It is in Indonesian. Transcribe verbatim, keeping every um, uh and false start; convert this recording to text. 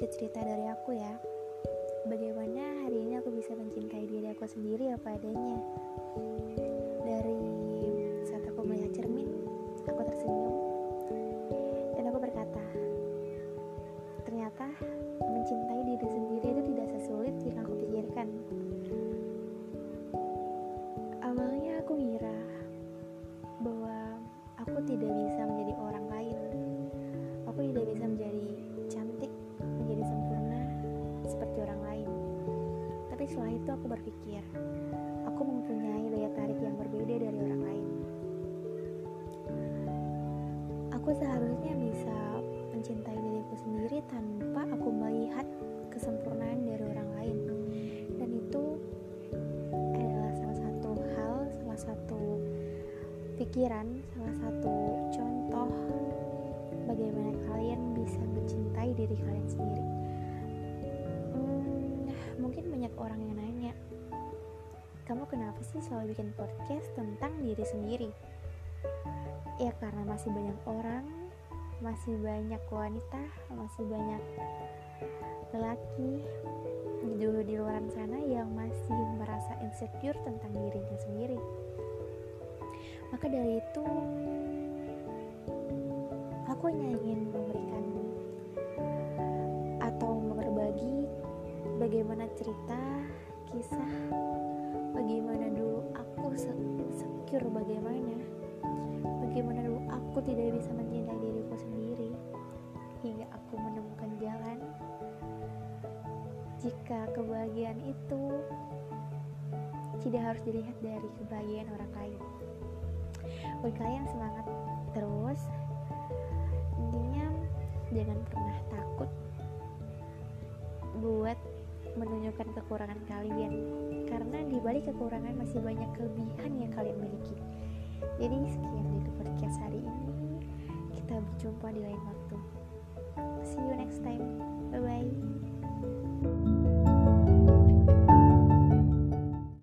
cerita dari aku ya. Bagaimana hari ini aku bisa mencintai diri aku sendiri apa adanya. Dari saat aku melihat cermin, aku tersenyum dan aku berkata, ternyata mencintai diri sendiri itu tidak sesulit yang aku pikirkan. Awalnya aku ngira bahwa aku tidak bisa menjadi orang lain. Aku tidak bisa menjadi cantik, menjadi sempurna seperti orang lain. Tapi setelah itu aku berpikir, aku mempunyai daya tarik yang berbeda dari orang lain. Aku seharusnya bisa mencintai diriku sendiri tanpa aku melihat kesempurnaan dari orang lain. Dan itu adalah salah satu hal, salah satu pikiran, salah satu contoh bagaimana kalian bisa mencintai diri kalian sendiri. Hmm, mungkin banyak orang yang nanya, kamu kenapa sih selalu bikin podcast tentang diri sendiri? Ya karena masih banyak orang, masih banyak wanita, masih banyak lelaki di, di luar sana yang masih merasa insecure tentang dirinya sendiri. Maka dari itu aku hanya ingin memberikan atau berbagi bagaimana cerita, kisah, bagaimana dulu aku secure bagaimana bagaimana dulu aku tidak bisa mencintai diriku sendiri hingga aku menemukan jalan jika kebahagiaan itu tidak harus dilihat dari kebahagiaan orang lain. Buat kalian semangat terus, intinya jangan pernah takut buat menunjukkan kekurangan kalian, karena di balik kekurangan masih banyak kelebihan yang kalian miliki. Jadi sekian dari podcast hari ini, kita berjumpa di lain waktu. See you next time, bye bye.